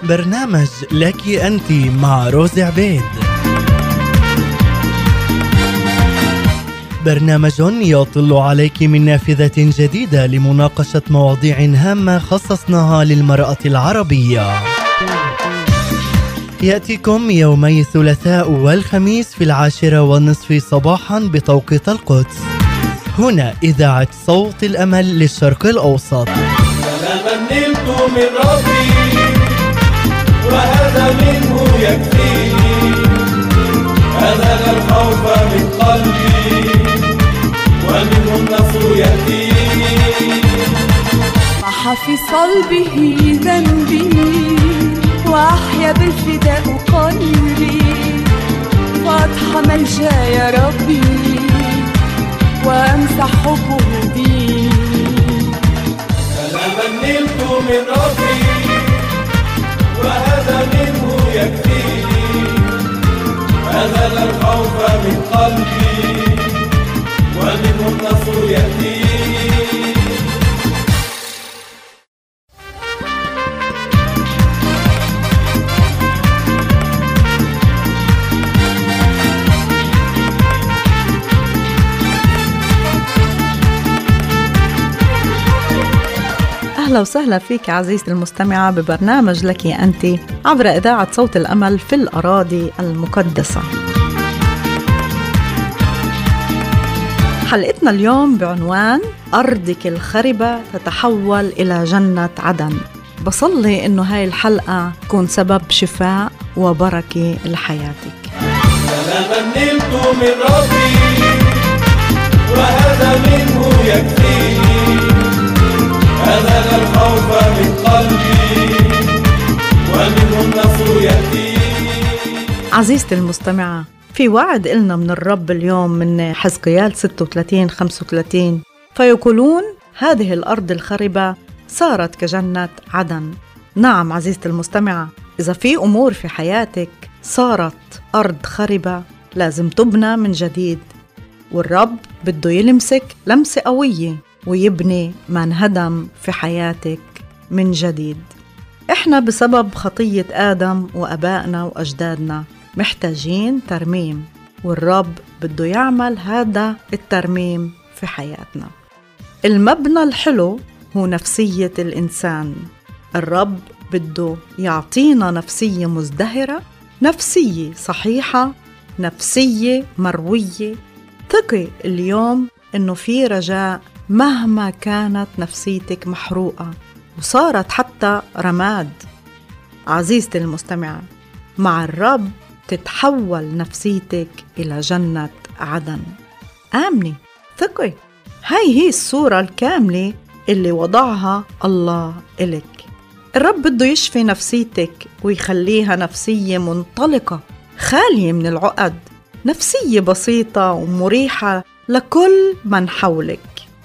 برنامج لك أنت مع روز عبيد. برنامج يطل عليك من نافذة جديدة لمناقشة مواضيع هامة خصصناها للمرأة العربية. يأتيكم يومي الثلاثاء والخميس في 10:30 صباحا بتوقيت القدس، هنا إذاعة صوت الأمل للشرق الأوسط. سلاما نلت من ربي وهذا منه يكفيني، أزال الخوف من قلبي ومنه النصر يأتيني. محى في صلبه ذنبي وأحيا بالفداء قلبي، فاضحى ملجأ ربي وأمسح حبه بي. سلاما نلت من ربي وهذا منه يكفيني، أزال الخوف من قلبي ومنه النصر يأتيني. أهلا وسهلا فيك عزيزتي المستمعة ببرنامج لك أنت عبر إذاعة صوت الأمل في الأراضي المقدسة. حلقتنا اليوم بعنوان أرضك الخربة تتحول إلى جنة عدن. بصلي إنه هاي الحلقة تكون سبب شفاء وبركة لحياتك. سلاما نلت من ربي وهذا منه يكفيني، أزال الخوف من قلبي ومنه النصر يأتيني. عزيزتي المستمعة، في وعد إلنا من الرب اليوم من حزقيال 36-35، فيقولون هذه الأرض الخربة صارت كجنة عدن. نعم عزيزتي المستمعة، إذا في أمور في حياتك صارت أرض خربة لازم تبنى من جديد، والرب بده يلمسك لمسة قوية ويبني ما انهدم في حياتك من جديد. إحنا بسبب خطية آدم وأبائنا وأجدادنا محتاجين ترميم، والرب بده يعمل هذا الترميم في حياتنا. المبنى الحلو هو نفسية الإنسان. الرب بده يعطينا نفسية مزدهرة، نفسية صحيحة، نفسية مروية. ثقي اليوم إنه في رجاء مهما كانت نفسيتك محروقة وصارت حتى رماد. عزيزتي المستمعة، مع الرب تتحول نفسيتك إلى جنة عدن. آمني، ثقي، هاي هي الصورة الكاملة اللي وضعها الله إلك. الرب بده يشفي نفسيتك ويخليها نفسية منطلقة خالية من العقد، نفسية بسيطة ومريحة لكل من حولك.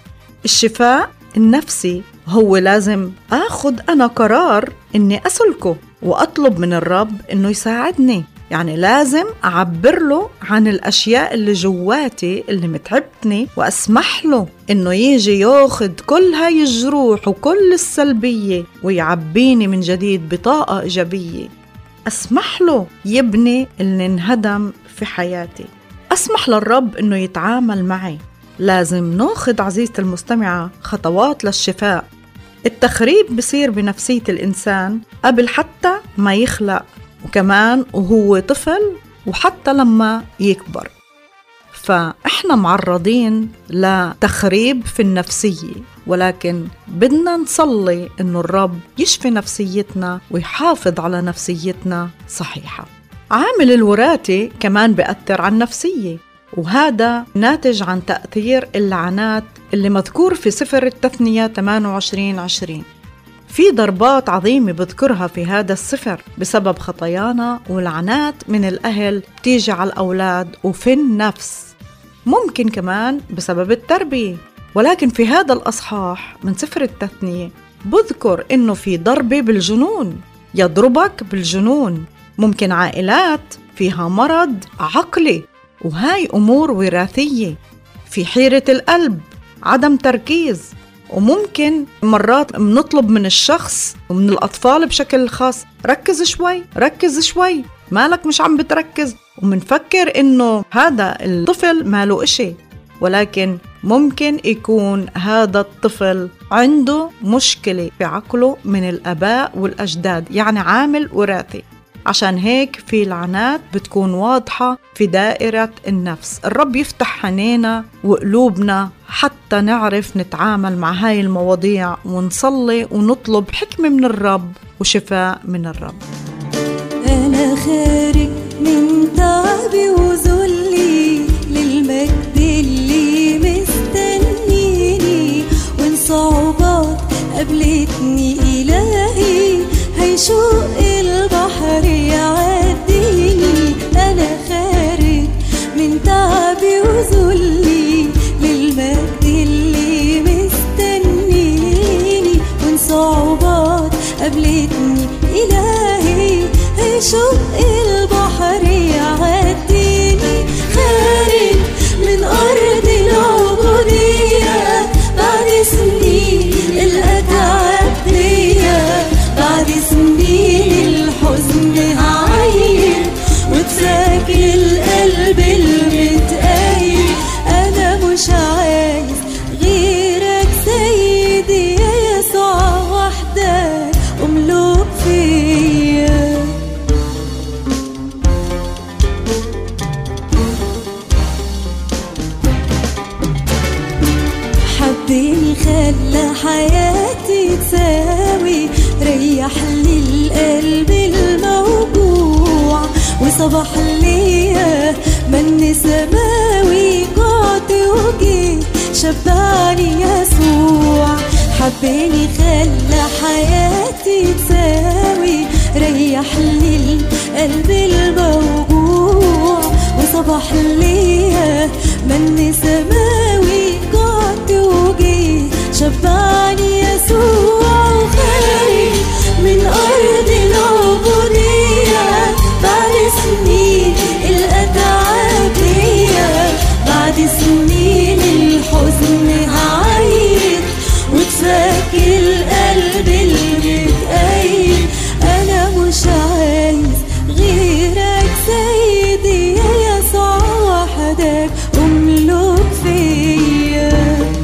الشفاء النفسي هو لازم أخذ أنا قرار إني أسلكه وأطلب من الرب إنه يساعدني. يعني لازم أعبر له عن الأشياء اللي جواتي اللي متعبتني، وأسمح له إنه يجي ياخد كل هاي الجروح وكل السلبية ويعبيني من جديد بطاقة إيجابية. أسمح له يبني اللي انهدم في حياتي. أسمح للرب إنه يتعامل معي. لازم ناخد عزيزتي المستمعة خطوات للشفاء. التخريب بصير بنفسية الإنسان قبل حتى ما يخلق، وكمان وهو طفل، وحتى لما يكبر. فإحنا معرضين لتخريب في النفسية، ولكن بدنا نصلي إنه الرب يشفي نفسيتنا ويحافظ على نفسيتنا صحيحة. عامل الوراثة كمان بيأثر على النفسية، وهذا ناتج عن تأثير اللعنات اللي مذكور في سفر التثنية 28:20. في ضربات عظيمة بذكرها في هذا السفر بسبب خطايانا، ولعنات من الأهل بتيجي على الأولاد وفي النفس، ممكن كمان بسبب التربية. ولكن في هذا الأصحاح من سفر التثنية بذكر إنه في ضربة بالجنون، يضربك بالجنون. ممكن عائلات فيها مرض عقلي، وهاي أمور وراثية. في حيرة القلب، عدم تركيز، وممكن مرات بنطلب من الشخص ومن الأطفال بشكل خاص ركز شوي ركز شوي، مالك مش عم بتركز، ومنفكر إنه هذا الطفل ماله إشي، ولكن ممكن يكون هذا الطفل عنده مشكلة في عقله من الآباء والأجداد، يعني عامل وراثي. عشان هيك في لعنات بتكون واضحة في دائرة النفس. الرب يفتح عينينا وقلوبنا حتى نعرف نتعامل مع هاي المواضيع، ونصلي ونطلب حكمة من الرب وشفاء من الرب. أنا خارج من تعبي وذلي للمجد اللي مستنيني، وإن صعوبات قابلتني إلهي هيشق البحر يعديني. أنا خارج من تعبي وذلي للمجد اللي مستنيني، وإن صعوبات قابلتني إلهي هيشق البحر يعديني. خارج من أرض العبودية بعد سنين الأتعاب ليا، بعد سنين الحزن هعيد وتساكن القلب المتقايد. أنا مش عايز غيرك سيدي يا يسوع، وحدك أملك فيا. حبني خلى حياتي تساوي، ريح لي القلب الموجوع، وصبح ليا من سماوي. قعدت وجيت شبعني يسوع. حبني خلى حياتي تساوي، ريح لي القلب الموجوع، وصبح ليا من سماوي. قعدت وجيت شبعني يسوع. وخارج من أرض العبودية بعد سنين الأتعاب ليا، بعد سنين الحزن هعيد وتفكر القلب المتقايد. أنا مش عايز غيرك سيدي يا يسوع، وحدك أملك فيا.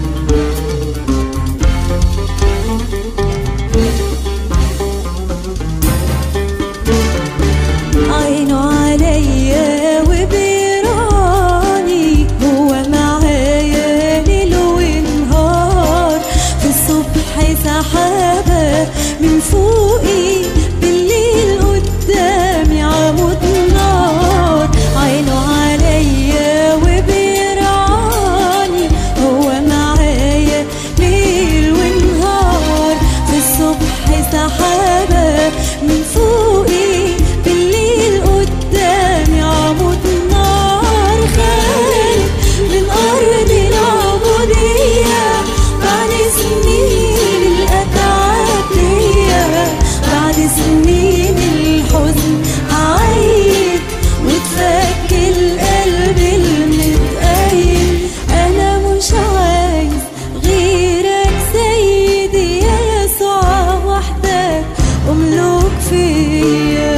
عينه عليا وبيراني، هو معايا ليل ونهار، في الصبح سحابة من فوقي، بالليل قدامي عمود نار. عينه عليا وبيراني، هو معايا ليل ونهار، في الصبح سحابة من فوقي، بالليل قدامي عمود نار. خارج من أرض العبودية بعد سنين الأتعاب ليا، بعد سنين الحزن هعيد وتفك القلب المتقايد. أنا مش عايز غيرك سيدي يا يسوع، وحدك أملك فيا.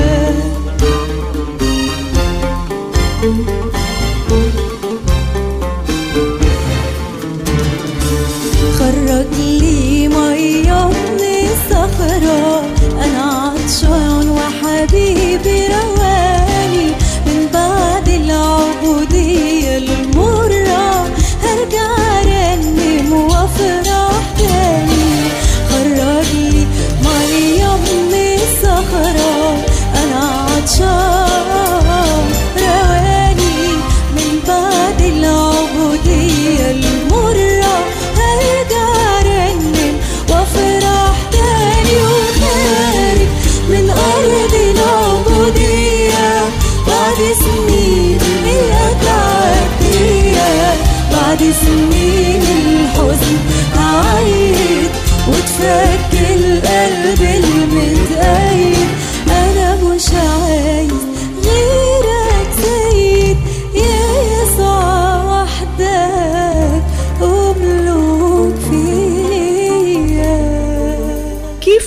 خرج لي مية من الصخرة، أنا عطشان وحبيبي رواني. من بعد العبودية المرة هرجع رنم وافرح تاني. خرج لي مية من الصخرة، أنا عطشان رواني. من بعد العبودية المرة هرجع رنم وافرح تاني. وخارج من أرض العبودية بعد سنين الأتعاب ليا، بعد سنين الحزن هعيد وتفك القلب المتقايد. أنا مش عايز غيرك سيد يا يسوع، وحدك أملك فيا.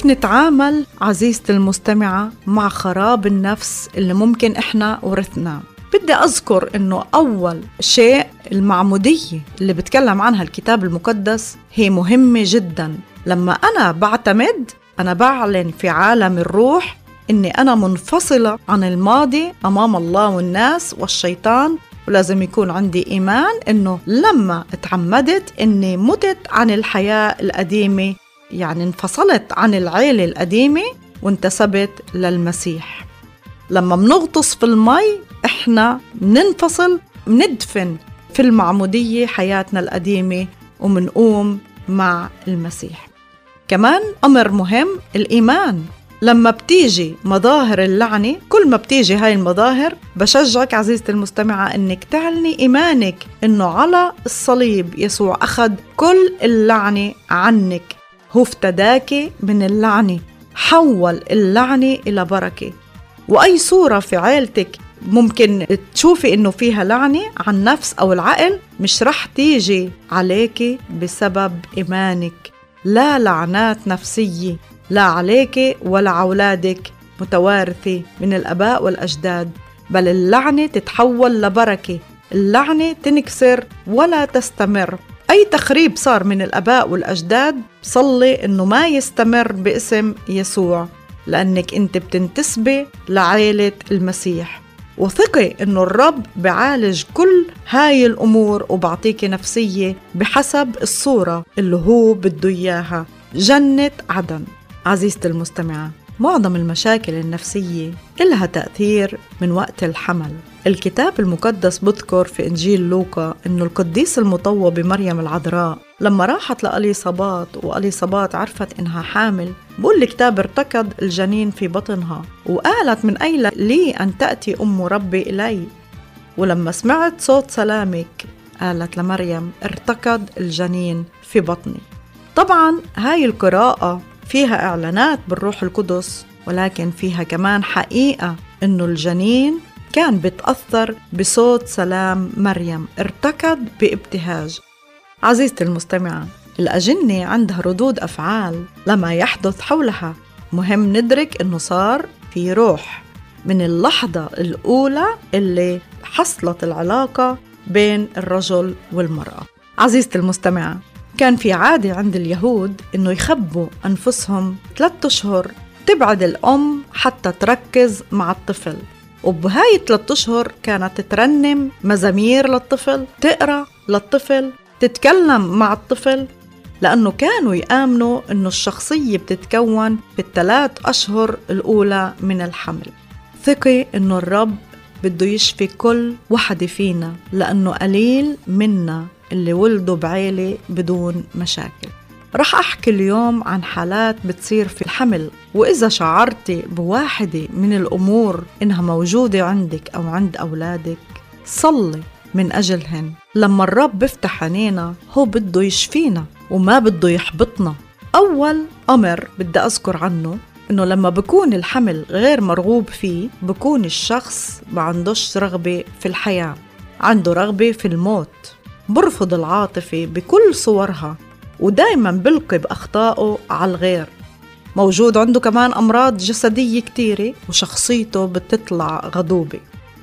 كيف نتعامل عزيزتي المستمعة مع خراب النفس اللي ممكن إحنا ورثناه؟ بدي أذكر إنه أول شيء المعمودية اللي بتكلم عنها الكتاب المقدس هي مهمة جدا. لما أنا بعتمد، أنا بعلن في عالم الروح إني أنا منفصلة عن الماضي أمام الله والناس والشيطان، ولازم يكون عندي إيمان إنه لما اتعمدت إني متت عن الحياة القديمة، يعني انفصلت عن العيلة القديمة وانتسبت للمسيح. لما منغطس في المي إحنا مننفصل، مندفن في المعمودية حياتنا القديمة ومنقوم مع المسيح. كمان أمر مهم الإيمان. لما بتيجي مظاهر اللعنة، كل ما بتيجي هاي المظاهر بشجعك عزيزتي المستمعة إنك تعلني إيمانك إنه على الصليب يسوع أخذ كل اللعنة عنك، هو افتداك من اللعنة، حول اللعنة إلى بركة. وأي صورة في عائلتك ممكن تشوفي إنه فيها لعنة عن النفس أو العقل، مش رح تيجي عليك بسبب إيمانك. لا لعنات نفسية لا عليك ولا أولادك متوارثة من الآباء والأجداد، بل اللعنة تتحول لبركة، اللعنة تنكسر ولا تستمر. أي تخريب صار من الآباء والأجداد صلي إنه ما يستمر باسم يسوع، لأنك أنت بتنتسبي لعائلة المسيح. وثقي إنه الرب بعالج كل هاي الأمور وبعطيك نفسية بحسب الصورة اللي هو بده إياها، جنة عدن. عزيزتي المستمعة، معظم المشاكل النفسية إلها تأثير من وقت الحمل. الكتاب المقدس بذكر في إنجيل لوقا إنه القديس المطوب بمريم العذراء لما راحت لأليصابات وأليصابات عرفت إنها حامل، بقول الكتاب ارتكض الجنين في بطنها وقالت من أين لي أن تأتي أم ربي إلي؟ ولما سمعت صوت سلامك قالت لمريم ارتكض الجنين في بطني. طبعا هاي القراءة فيها إعلانات بالروح القدس، ولكن فيها كمان حقيقة إنه الجنين كان بتأثر بصوت سلام مريم، ارتكض بابتهاج. عزيزتي المستمعة، الأجنة عندها ردود أفعال لما يحدث حولها. مهم ندرك إنه صار في روح من اللحظة الأولى اللي حصلت العلاقة بين الرجل والمرأة. عزيزتي المستمعة، كان في عادة عند اليهود إنه يخبوا أنفسهم 3 أشهر تبعد الأم حتى تركز مع الطفل، وبهاي 3 أشهر كانت ترنم مزامير للطفل، تقرأ للطفل، تتكلم مع الطفل، لأنه كانوا يآمنوا إنه الشخصية بتتكون في 3 أشهر الأولى من الحمل. ثقي إنه الرب بده يشفي كل وحدة فينا، لأنه قليل منا اللي ولدوا بعيلة بدون مشاكل. رح أحكي اليوم عن حالات بتصير في الحمل، وإذا شعرتي بواحدة من الأمور إنها موجودة عندك أو عند أولادك، صلي من أجلهن. لما الرب بفتح عينينا هو بده يشفينا وما بده يحبطنا. أول أمر بدي أذكر عنه إنه لما بكون الحمل غير مرغوب فيه، بكون الشخص ما عندوش رغبة في الحياة، عنده رغبة في الموت، برفض العاطفة بكل صورها، ودايما بلقي بأخطائه على الغير. موجود عنده كمان أمراض جسدية كتيرة، وشخصيته بتطلع غضوبة.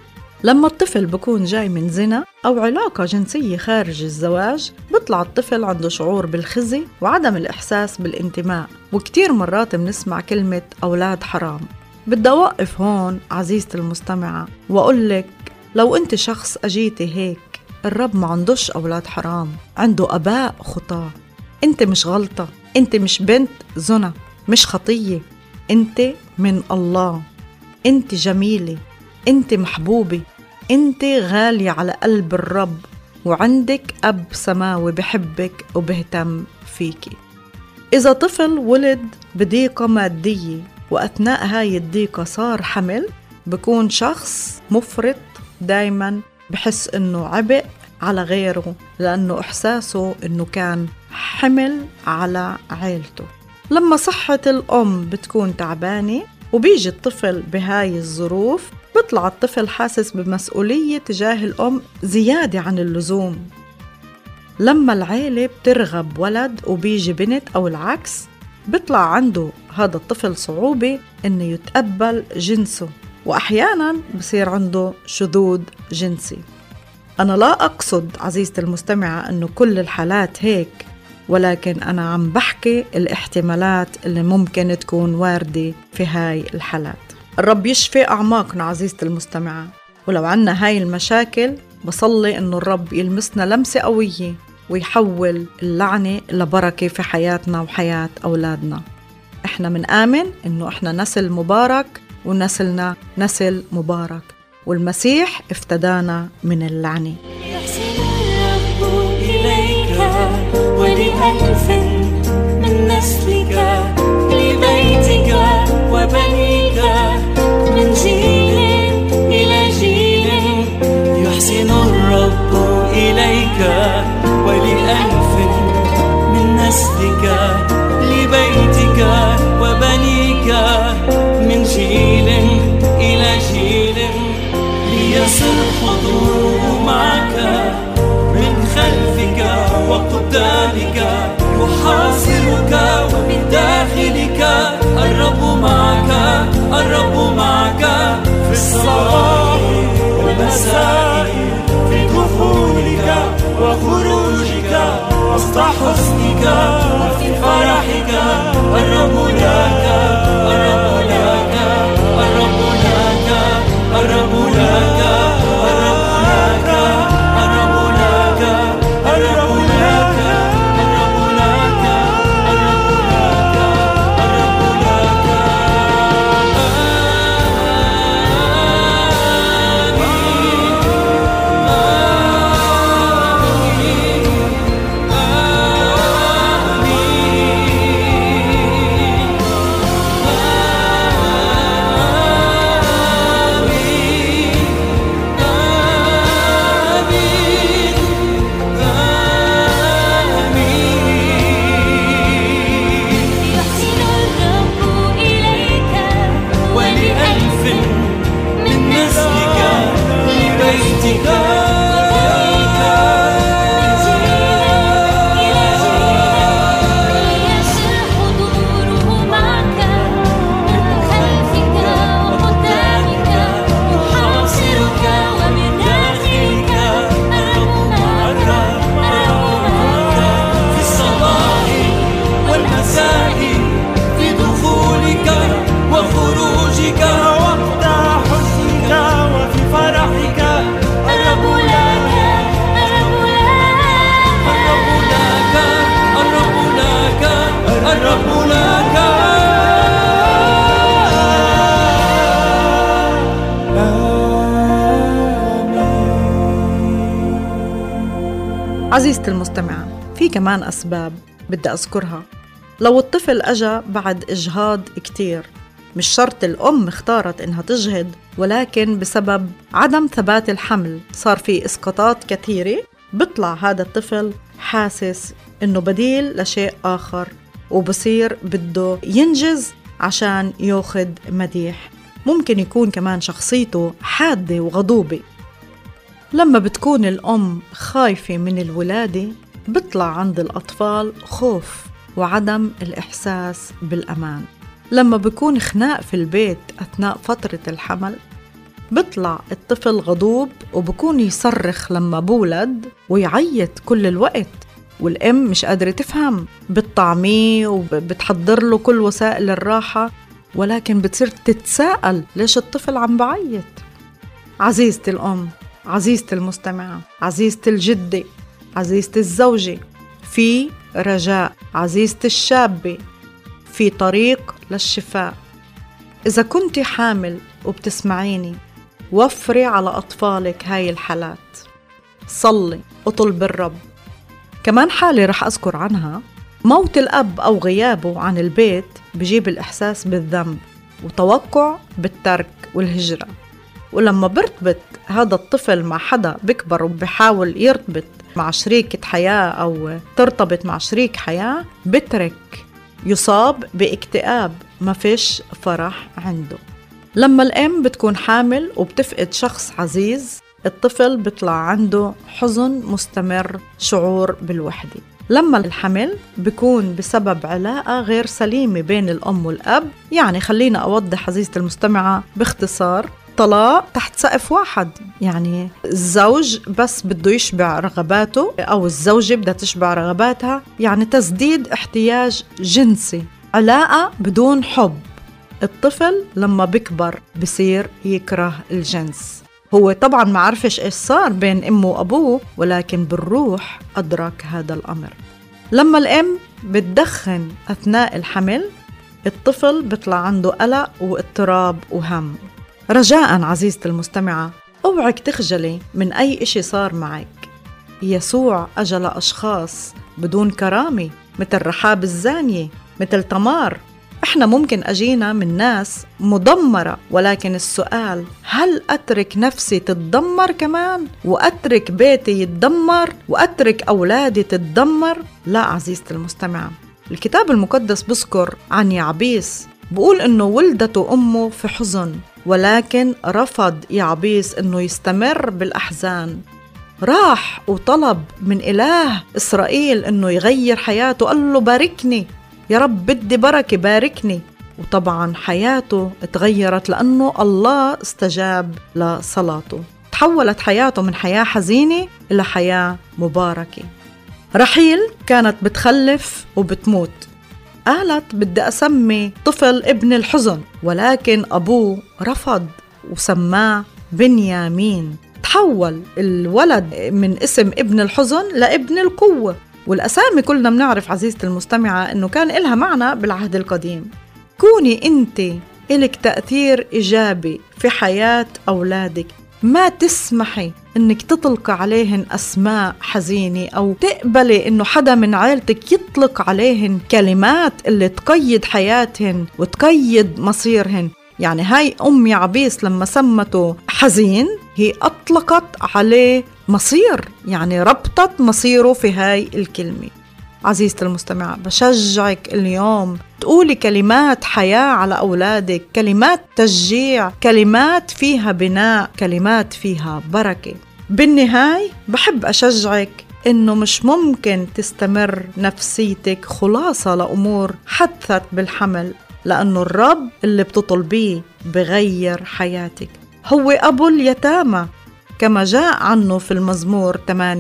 لما الطفل بكون جاي من زنا أو علاقة جنسية خارج الزواج، بيطلع الطفل عنده شعور بالخزي وعدم الإحساس بالانتماء، وكتير مرات بنسمع كلمة أولاد حرام. بدي أوقف هون عزيزتي المستمعة وأقول لك، لو أنت شخص أجيتي هيك، الرب ما عندوش أولاد حرام، عنده أباء خطاة. أنت مش غلطة، أنت مش بنت زنا، مش خطية، أنت من الله، أنت جميلة، أنت محبوبة، أنت غالية على قلب الرب، وعندك أب سماوي بحبك وبهتم فيكي. إذا طفل ولد بضيقة مادية وأثناء هاي الضيقة صار حمل، بكون شخص مفرط، دايما بحس إنه عبء على غيره، لأنه إحساسه إنه كان حمل على عيلته. لما صحة الأم بتكون تعبانة وبيجي الطفل بهاي الظروف، بيطلع الطفل حاسس بمسؤولية تجاه الأم زيادة عن اللزوم. لما العيلة بترغب ولد وبيجي بنت أو العكس، بيطلع عنده هذا الطفل صعوبة إنه يتقبل جنسه، وأحياناً بصير عنده شذوذ جنسي. أنا لا أقصد عزيزتي المستمعة إنه كل الحالات هيك، ولكن أنا عم بحكي الاحتمالات اللي ممكن تكون واردة في هاي الحالات. الرب يشفي أعماقنا عزيزتي المستمعة، ولو عنا هاي المشاكل بصلي إنه الرب يلمسنا لمسة قوية ويحول اللعنة لبركة في حياتنا وحياة أولادنا. إحنا منآمن إنه إحنا نسل مبارك ونسلنا نسل مبارك، والمسيح افتدانا من اللعنة. يحسن الرب إليك ولألف من نسلك لبيتك وبنيك من جيل إلى جيل. يحسن الرب إليك ولألف من نسلك لبيتك وبنيك من جيل إلى جيل. ليصل حضوره معك من خلفك وقدامك، يحاصرك ومن داخلك. الرب معك، الرب معك في الصباح والمساء، في دخولك وخروجك، وسط حزنك وفي فرحك. الرب لك، الرب لك، الرب لك، الرب لك، الرب لك، الرب لك، الرب لك، الرب لك، الرب لك، الرب لك. يحسن الرب إليك ولألف من نسلك لبيتك ليصل حضوره معك من خلفك وقدامك، يحاصرك ومن داخلك. الرب معك، الرب معك في الصباح والمساء، في دخولك وخروجك، وقت حزنك وفي فرحك. الرب لك، الرب لك، الرب لك، الرب لك، الرب لك. عزيزتي المستمعة، في كمان أسباب بدي أذكرها. لو الطفل أجا بعد إجهاض كتير، مش شرط الأم اختارت إنها تجهض، ولكن بسبب عدم ثبات الحمل صار في إسقاطات كثيرة، بيطلع هذا الطفل حاسس إنه بديل لشيء آخر، وبصير بده ينجز عشان ياخد مديح. ممكن يكون كمان شخصيته حادة وغضوبة. لما بتكون الأم خايفة من الولادة، بيطلع عند الأطفال خوف وعدم الإحساس بالأمان. لما بيكون خناق في البيت أثناء فترة الحمل، بيطلع الطفل غضوب وبكون يصرخ لما بولد ويعيط كل الوقت، والأم مش قادرة تفهم، بتطعميه وبتحضر له كل وسائل الراحة، ولكن بتصير تتساءل ليش الطفل عم بعيط. عزيزتي الأم، عزيزتي المستمعة، عزيزتي الجدة، عزيزتي الزوجة، في رجاء. عزيزتي الشابة، في طريق للشفاء. إذا كنت حامل وبتسمعيني، وفري على أطفالك هاي الحالات، صلي وطلب الرب. كمان حالة رح أذكر عنها، موت الأب أو غيابه عن البيت بجيب الإحساس بالذنب وتوقع بالترك والهجرة. ولما برتبط هذا الطفل مع حدا بكبر وبحاول يرتبط مع شريكة حياة أو ترتبط مع شريك حياة، بترك، يصاب باكتئاب، ما فيش فرح عنده. لما الأم بتكون حامل وبتفقد شخص عزيز، الطفل بيطلع عنده حزن مستمر، شعور بالوحدة. لما الحمل بيكون بسبب علاقة غير سليمة بين الأم والأب. يعني خلينا أوضح عزيزتي المستمعة باختصار، طلاق تحت سقف واحد، يعني الزوج بس بده يشبع رغباته أو الزوجة بدها تشبع رغباتها، يعني تسديد احتياج جنسي، علاقة بدون حب. الطفل لما بيكبر بصير يكره الجنس. هو طبعا ما عرفش إيش صار بين أمه وأبوه، ولكن بالروح أدرك هذا الأمر. لما الأم بتدخن أثناء الحمل، الطفل بيطلع عنده قلق واضطراب وهم. رجاءً عزيزتي المستمعة، اوعك تخجلي من أي إشي صار معك. يسوع أجى لأشخاص بدون كرامة مثل رحاب الزانية، مثل تمار. إحنا ممكن أجينا من ناس مدمرة، ولكن السؤال، هل أترك نفسي تتدمر كمان؟ وأترك بيتي يتدمر؟ وأترك أولادي تتدمر؟ لا عزيزتي المستمعة، الكتاب المقدس بذكر عن يعبيس، بقول إنه ولدته أمه في حزن، ولكن رفض يعبيس إنه يستمر بالأحزان. راح وطلب من إله إسرائيل إنه يغير حياته، قال له باركني يا رب، بدي بركة، باركني. وطبعا حياته اتغيرت لأنه الله استجاب لصلاته. تحولت حياته من حياة حزينة إلى حياة مباركة. رحيل كانت بتخلف وبتموت، قالت بدي أسمي طفل ابن الحزن، ولكن أبوه رفض وسماه بنيامين. تحول الولد من اسم ابن الحزن لابن القوة. والأسامي كلنا بنعرف عزيزتي المستمعة إنه كان إلها معنى بالعهد القديم. كوني أنت إلك تأثير إيجابي في حياة أولادك، ما تسمحي إنك تطلق عليهن أسماء حزينة أو تقبلي إنه حدا من عائلتك يطلق عليهن كلمات اللي تقيد حياتهن وتقيد مصيرهن. يعني هاي أم يعبيس لما سمته حزين، هي أطلقت عليه مصير، يعني ربطت مصيره في هاي الكلمة. عزيزتي المستمعة، بشجعك اليوم تقولي كلمات حياة على أولادك، كلمات تشجيع، كلمات فيها بناء، كلمات فيها بركة. بالنهاية بحب أشجعك إنه مش ممكن تستمر نفسيتك خلاصة لأمور حدثت بالحمل، لأنه الرب اللي بتطلبيه بغير حياتك. هو أبو اليتامى كما جاء عنه في المزمور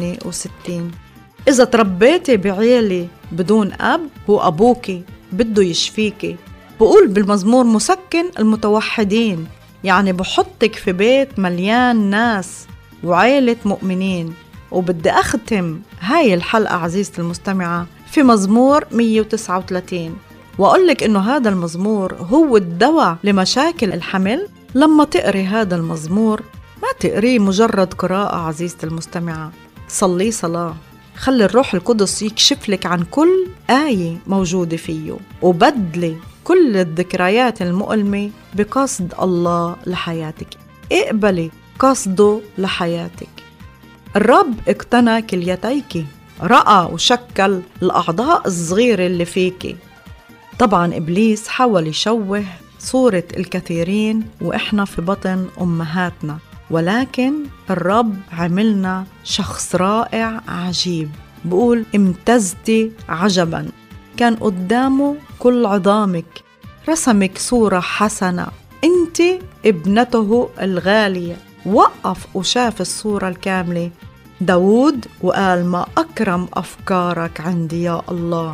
68. إذا تربيتي بعيلة بدون أب، هو أبوكي بده يشفيكي. بقول بالمزمور مسكن المتوحدين، يعني بحطك في بيت مليان ناس وعيلة مؤمنين. وبدي أختم هاي الحلقة عزيزتي المستمعة في مزمور 139، وأقول لك إنه هذا المزمور هو الدواء لمشاكل الحمل. لما تقري هذا المزمور ما تقريه مجرد قراءة عزيزتي المستمعة، صلي صلاة، خلي الروح القدس يكشف لك عن كل آية موجودة فيه، وبدلي كل الذكريات المؤلمة بقصد الله لحياتك. اقبلي قصده لحياتك. الرب اقتنى كليتيك، رأى وشكل الأعضاء الصغيرة اللي فيك. طبعا إبليس حاول يشوه صورة الكثيرين وإحنا في بطن أمهاتنا، ولكن الرب عملنا شخص رائع عجيب. بقول امتزتي عجبا، كان قدامه كل عظامك، رسمك صورة حسنة، انت ابنته الغالية. وقف وشاف الصورة الكاملة داود وقال ما أكرم أفكارك عندي يا الله.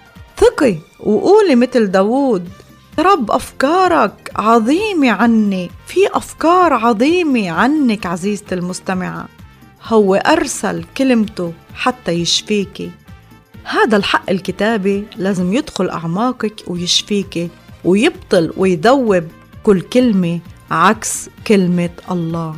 ثقي وقولي مثل داود، رب أفكارك عظيمة عني، في أفكار عظيمة عنك عزيزتي المستمعة. هو أرسل كلمته حتى يشفيكي. هذا الحق الكتابي لازم يدخل أعماقك ويشفيكي، ويبطل ويذوب كل كلمة عكس كلمة الله.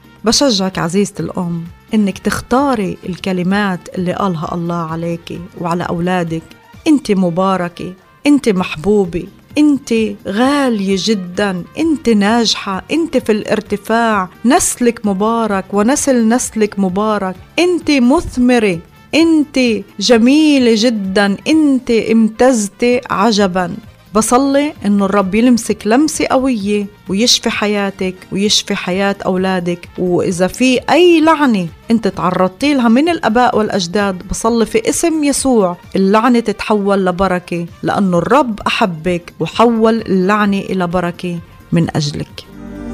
بشجعك عزيزتي الأم إنك تختاري الكلمات اللي قالها الله عليكي وعلى أولادك. أنت مباركة، أنت محبوبة، أنت غالية جدا، أنت ناجحة، أنت في الارتفاع، نسلك مبارك ونسل نسلك مبارك، أنت مثمرة، أنت جميلة جدا، أنت امتزتي عجبا. بصلي إنه الرب يلمسك لمسة قوية ويشفي حياتك ويشفي حياة أولادك. وإذا في أي لعنة أنت تعرضتي لها من الآباء والأجداد، بصلي في اسم يسوع اللعنة تتحول لبركة، لأنه الرب أحبك وحول اللعنة إلى بركة من أجلك.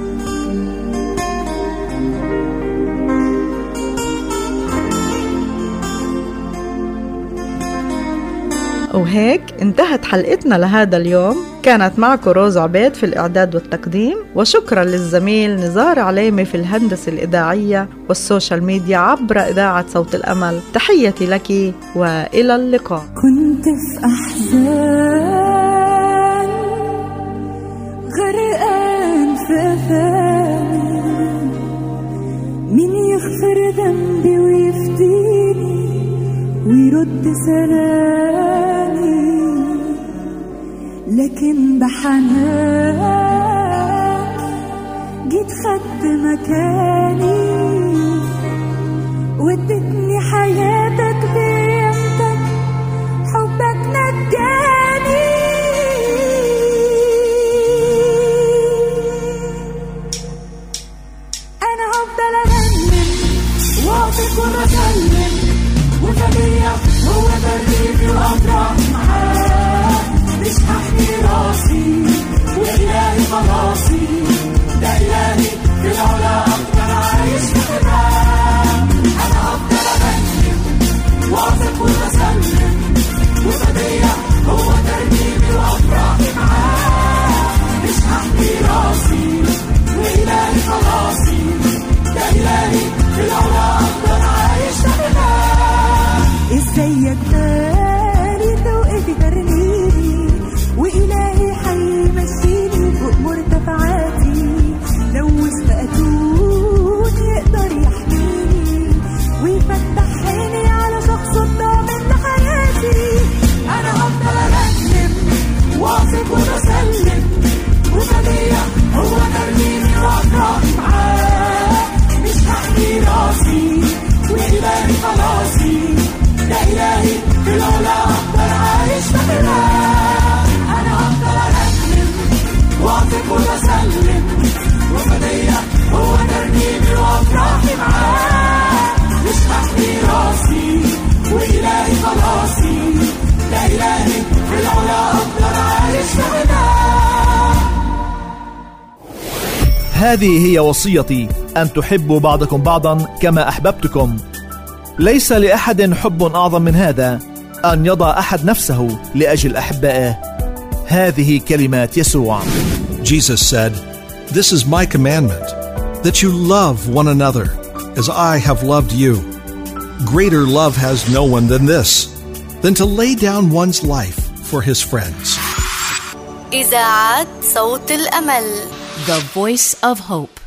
وهيك انتهت حلقتنا لهذا اليوم. كانت معكم روز عبيد في الإعداد والتقديم، وشكرا للزميل نزار عليمي في الهندسة الإذاعية والسوشيال ميديا عبر إذاعة صوت الأمل. تحياتي لك وإلى اللقاء. كنت في أحزان غرقان في أثامي، مين يغفر ذنبي ويفديني ويرد سلامي؟ لكن بحنانك جيت خدت مكاني وادتني حياتك بقيمتك، حبك نجاني. أنا هفضل أغني واثق وبسلم، وفدية هو ترتيبي وأفرح معاه، مش هحمي راسي وإلهي خلاصي، ده إلهي في العلا أقدر عايش في حماه. أنا هفضل أغني واثق وبسلم، وفدية هو ترتيبي وأفرح معاه، مش هحمي راسي وإلهي خلاصي، ده إلهي في العلا أقدر عايش في حماه. ازيك تاني توقفي ترنيني، وإلهي حيمشيني فوق مرتفعاتي، لو وسط أتون يقدر يحميني ويفتح عيني على شخص الضامن لحياتي. أنا هفضل أرنم واثق وبسلم، وفدية هو ترنيمي وأفرح معاه، مش هحمي راسي وإلهي خلاصي، ده إلهي في العلا أقدر عايش في حماه. أنا هفضل أرنم واثق وبسلم، وفدية هو ترنيمي وأفراحي معاه، مش هحمي راسي وإلهي خلاصي، ده إلهي في العلا أقدر عايش في حماه. هذه هي وصيتي، أن تحبوا بعضكم بعضا كما أحببتكم. ليس لأحد حب أعظم من هذا، أن يضع أحد نفسه لأجل أحبائه. هذه كلمات يسوع. Jesus said, "This is my commandment, that you love one another as I have loved you. Greater love has no one than this, than to lay down one's life for his friends." إذاعة صوت الأمل. The Voice of Hope.